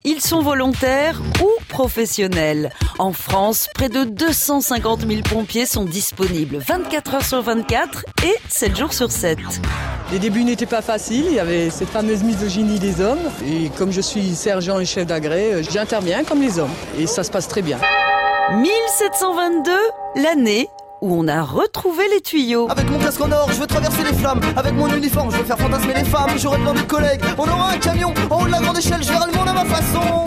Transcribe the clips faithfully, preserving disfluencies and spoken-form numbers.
Ils sont volontaires ou professionnels. En France, près de deux cent cinquante mille pompiers sont disponibles vingt-quatre heures sur vingt-quatre et sept jours sur sept. Les débuts n'étaient pas faciles, il y avait cette fameuse misogynie des hommes. Et comme je suis sergent et chef d'agrès, j'interviens comme les hommes. Et ça se passe très bien. mille sept cent vingt-deux, l'année où on a retrouvé les tuyaux. Avec mon casque en or, je veux traverser les flammes. Avec mon uniforme, je veux faire fantasmer les femmes. J'aurai plein de collègues, on aura un camion. En haut de la grande échelle, je verrai le monde à ma façon.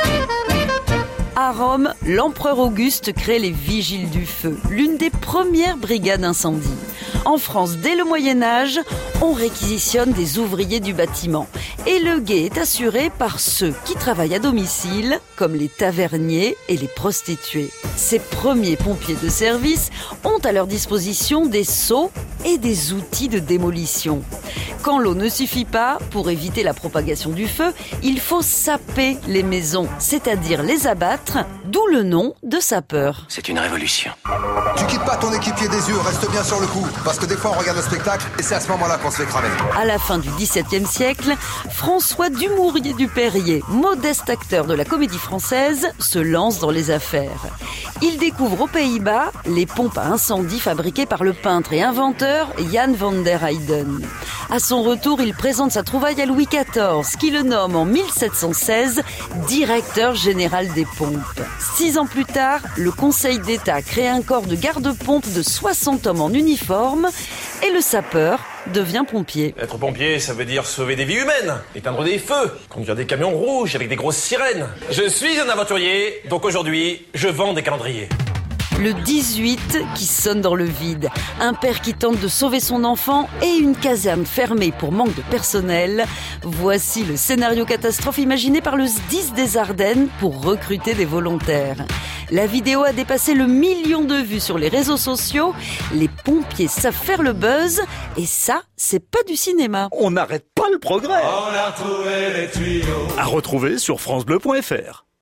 À Rome, l'empereur Auguste crée les Vigiles du Feu, l'une des premières brigades incendie. En France, dès le Moyen-Âge, on réquisitionne des ouvriers du bâtiment. Et le guet est assuré par ceux qui travaillent à domicile, comme les taverniers et les prostituées. Ces premiers pompiers de service ont à leur disposition des seaux et des outils de démolition. Quand l'eau ne suffit pas, pour éviter la propagation du feu, il faut saper les maisons, c'est-à-dire les abattre, d'où le nom de sapeur. C'est une révolution. Tu quittes pas ton équipier des yeux, reste bien sur le coup, parce que des fois on regarde le spectacle et c'est à ce moment-là qu'on se fait cramer. À la fin du dix-septième siècle, François Dumouriez du Perrier, modeste acteur de la comédie française, se lance dans les affaires. Il découvre aux Pays-Bas les pompes à incendie fabriquées par le peintre et inventeur Jan van der Heyden. À son retour, il présente sa trouvaille à Louis quatorze, qui le nomme en mille sept cent seize directeur général des pompes. Six ans plus tard, le Conseil d'État crée un corps de garde-pompe de soixante hommes en uniforme et le sapeur devient pompier. Être pompier, ça veut dire sauver des vies humaines, éteindre des feux, conduire des camions rouges avec des grosses sirènes. Je suis un aventurier, donc aujourd'hui, je vends des calendriers. Le dix-huit qui sonne dans le vide, un père qui tente de sauver son enfant et une caserne fermée pour manque de personnel. Voici le scénario catastrophe imaginé par le S D I S des Ardennes pour recruter des volontaires. La vidéo a dépassé le million de vues sur les réseaux sociaux. Les pompiers savent faire le buzz et ça, c'est pas du cinéma. On n'arrête pas le progrès. On a retrouvé les tuyaux. À retrouver sur francebleu point fr.